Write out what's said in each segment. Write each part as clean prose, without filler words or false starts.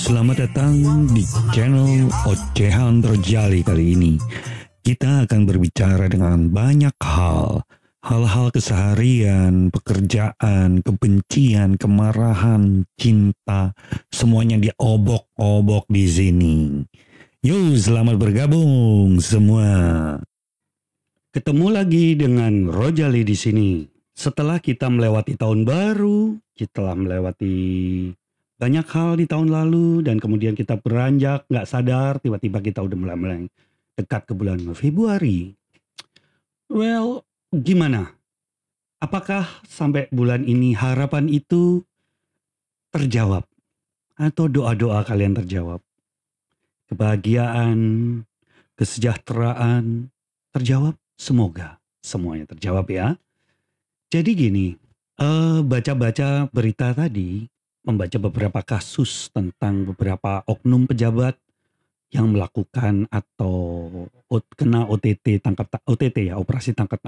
Selamat datang di channel Ocehan Rojali kali ini. Kita akan berbicara dengan banyak hal. Hal-hal keseharian, pekerjaan, kebencian, kemarahan, cinta. Semuanya diobok-obok di sini. Yuk, selamat bergabung semua. Ketemu lagi dengan Rojali di sini. Setelah kita melewati tahun baru, kita melewati banyak hal di tahun lalu, dan kemudian kita beranjak nggak sadar tiba-tiba kita udah mulai dekat ke bulan Februari. Well, gimana? Apakah sampai bulan ini harapan itu terjawab? Atau doa-doa kalian terjawab? Kebahagiaan, kesejahteraan terjawab? Semoga semuanya terjawab ya. Jadi gini, baca-baca berita tadi, membaca beberapa kasus tentang beberapa oknum pejabat yang melakukan atau kena OTT OTT ya, operasi tangkap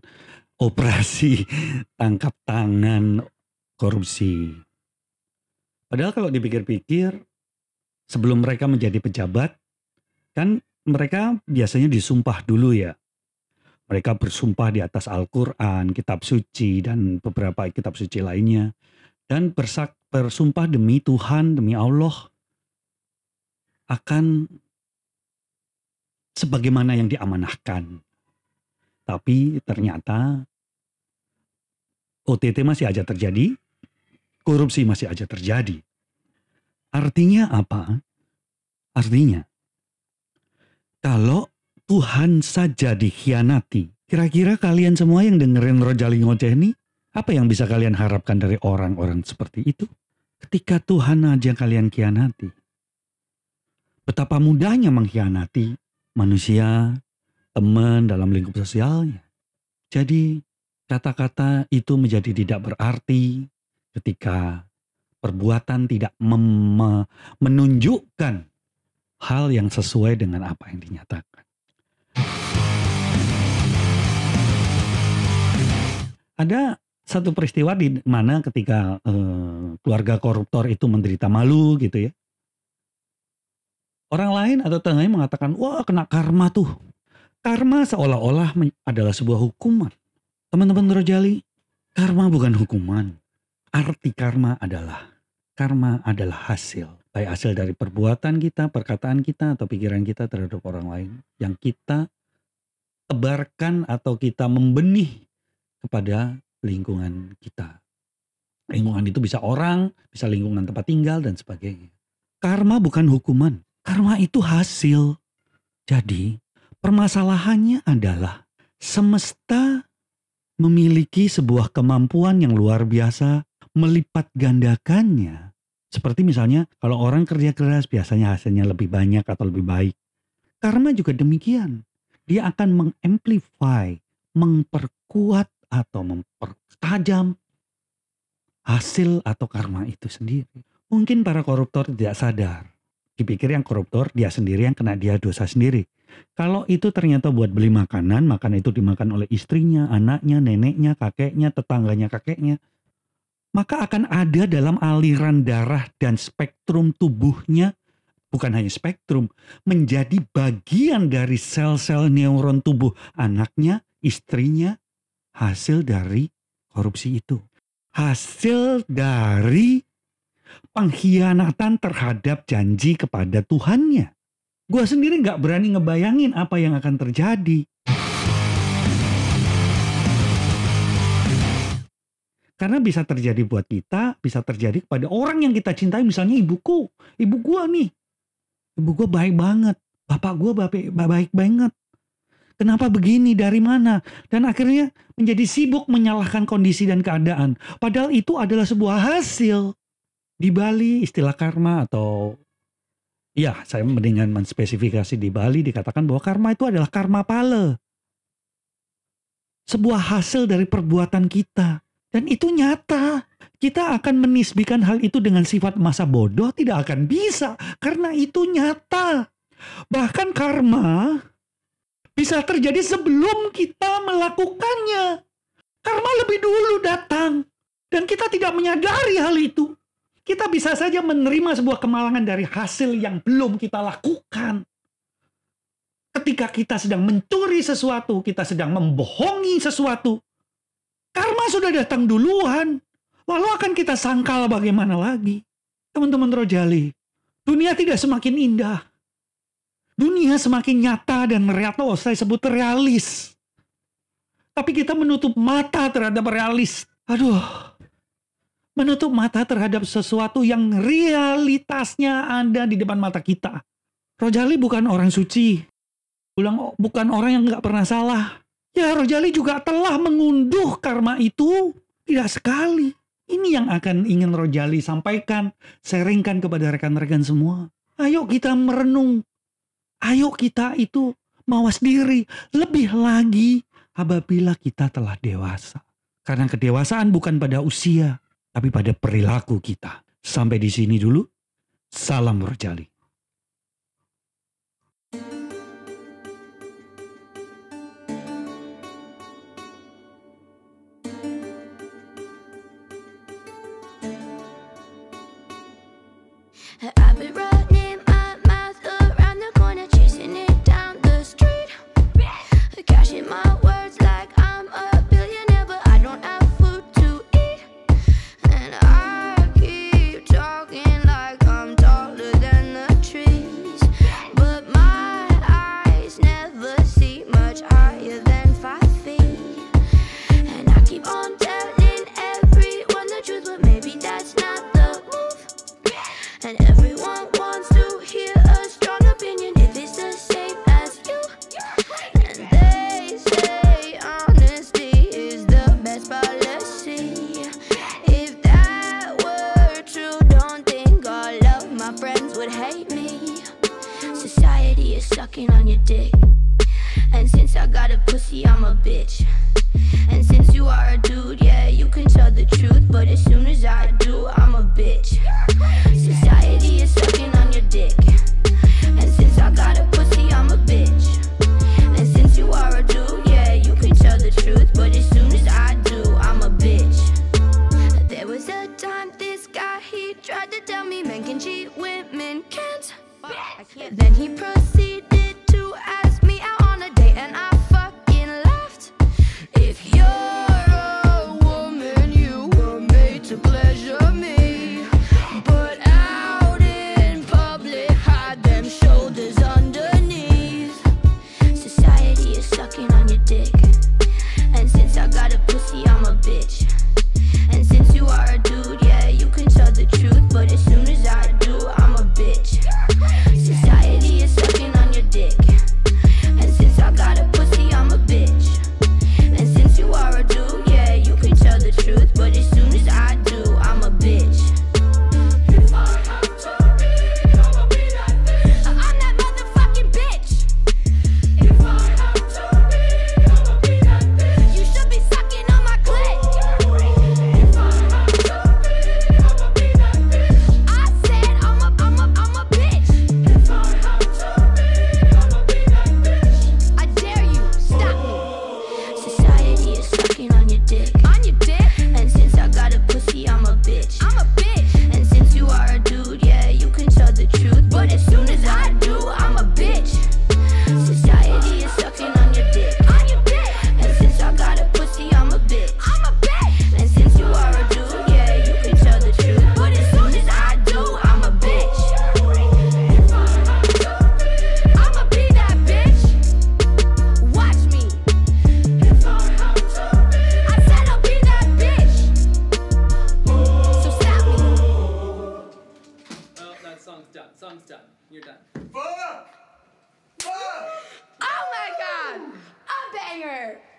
tangan korupsi. Padahal kalau dipikir-pikir, sebelum mereka menjadi pejabat, kan mereka biasanya disumpah dulu ya. Mereka bersumpah di atas Al-Quran, kitab suci, dan beberapa kitab suci lainnya. Dan bersumpah demi Tuhan, demi Allah, akan sebagaimana yang diamanahkan. Tapi ternyata OTT masih aja terjadi, korupsi masih aja terjadi. Artinya apa? Artinya, kalau Tuhan saja dikhianati, kira-kira kalian semua yang dengerin Rojali ngoceh ini, apa yang bisa kalian harapkan dari orang-orang seperti itu? Ketika Tuhan aja kalian khianati. Betapa mudahnya mengkhianati manusia, teman dalam lingkup sosialnya. Jadi kata-kata itu menjadi tidak berarti ketika perbuatan tidak menunjukkan hal yang sesuai dengan apa yang dinyatakan. Ada satu peristiwa di mana ketika keluarga koruptor itu menderita malu gitu ya. Orang lain atau tetangganya mengatakan, wah kena karma tuh. Karma seolah-olah adalah sebuah hukuman. Teman-teman Rojali, karma bukan hukuman. Arti karma adalah hasil. Baik hasil dari perbuatan kita, perkataan kita, atau pikiran kita terhadap orang lain. Yang kita tebarkan atau kita membenih kepada lingkungan kita. Lingkungan itu bisa orang, bisa lingkungan tempat tinggal, dan sebagainya. Karma bukan hukuman. Karma itu hasil. Jadi, permasalahannya adalah semesta memiliki sebuah kemampuan yang luar biasa melipat gandakannya. Seperti misalnya, kalau orang kerja keras biasanya hasilnya lebih banyak atau lebih baik. Karma juga demikian. Dia akan mengamplify, memperkuat, atau mempertajam hasil atau karma itu sendiri. Mungkin para koruptor tidak sadar. Dipikir yang koruptor dia sendiri yang kena, dia dosa sendiri. Kalau itu ternyata buat beli makanan itu dimakan oleh istrinya, anaknya, neneknya, kakeknya, tetangganya kakeknya. Maka akan ada dalam aliran darah dan spektrum tubuhnya, bukan hanya spektrum, menjadi bagian dari sel-sel neuron tubuh anaknya, istrinya, hasil dari korupsi itu. Hasil dari pengkhianatan terhadap janji kepada Tuhannya. Gue sendiri gak berani ngebayangin apa yang akan terjadi. Karena bisa terjadi buat kita, bisa terjadi kepada orang yang kita cintai. Misalnya ibuku, ibu gue nih. Ibu gue baik banget. Bapak gue baik banget. Kenapa begini, dari mana? Dan akhirnya menjadi sibuk menyalahkan kondisi dan keadaan. Padahal itu adalah sebuah hasil. Di Bali istilah karma atau, ya saya mendingan menspesifikasi di Bali dikatakan bahwa karma itu adalah karma pala. Sebuah hasil dari perbuatan kita. Dan itu nyata. Kita akan menisbikan hal itu dengan sifat masa bodoh tidak akan bisa. Karena itu nyata. Bahkan karma bisa terjadi sebelum kita melakukannya. Karma lebih dulu datang. Dan kita tidak menyadari hal itu. Kita bisa saja menerima sebuah kemalangan dari hasil yang belum kita lakukan. Ketika kita sedang mencuri sesuatu, kita sedang membohongi sesuatu, karma sudah datang duluan. Lalu akan kita sangkal bagaimana lagi? Teman-teman rojali, dunia tidak semakin indah. Dunia semakin nyata dan atau saya sebut realis. Tapi kita menutup mata terhadap realis. Menutup mata terhadap sesuatu yang realitasnya ada di depan mata kita. Rojali bukan orang suci. Bukan orang yang nggak pernah salah. Ya, Rojali juga telah mengunduh karma itu tidak sekali. Ini yang akan ingin Rojali sampaikan, sharingkan kepada rekan-rekan semua. Ayo kita merenung. Ayo kita itu mawas diri. Lebih lagi apabila kita telah dewasa. Karena kedewasaan bukan pada usia, tapi pada perilaku kita. Sampai di sini dulu. Salam Rojali. I've been running my mouth around the corner, chasing it down the street, cashing my words like I'm a billionaire, but I don't have food to eat. And I keep talking like I'm taller than the trees, but my eyes never see much higher than 5 feet. And I keep on telling everyone the truth, but maybe that's not the move. And everyone wants to hear a strong opinion if it's the same as you. And they say honesty is the best policy. If that were true, don't think all of my friends would hate me. Society is sucking on your dick, and since I got a pussy, I'm a bitch. And since you are a dude, yeah, you can tell the truth, but as soon as I do, I'm a bitch. Society is sucking on your dick, and since I got a pussy, I'm a bitch. And since you are a dude, yeah, you can tell the truth, but as soon as I do, I'm a bitch. There was a time this guy, he tried to tell me men can cheat, women can't. Then he proceeded to ask me out on a date, and I fucking laughed. If you're a woman, you were made to pleasure me, but out in public, hide them shoulders underneath. Society is sucking on your dick, and since I got a pussy, I'm a bitch. And since you are a dude, yeah, you can tell the truth, but as soon as I do, I'm a bitch. Society is sucking on your dick, and since I got a pussy, I'm a bitch. And since you are a dude, yeah, you can tell the truth, but as soon as I do, I'm a bitch. If I have to be, I'ma be that bitch. I'm that motherfucking bitch. If I have to be, I'ma be that bitch. You should be sucking on my clit. If I have to be, I'ma be that bitch. I said I'm a bitch. If I have to be, I'ma be that bitch. I dare you, stop me. Society is sucking on your dick. On your dick? And since I got a pussy, I'm a bitch. I'm a bitch. And since you are a dude, yeah, you can tell the truth, but as soon as I do, I'm a bitch. Society is sucking on your dick. On your dick. And since I got a pussy, I'm a bitch. I'm a bitch. And since you are a dude, yeah, you can tell the truth, but as soon as I do, I'm a bitch. If I have to be, I'ma be that bitch. Watch me. If I have to be, I said I'll be that bitch. So stop me. Well, that song's done. Song's done. You're done. Oh my god! A banger!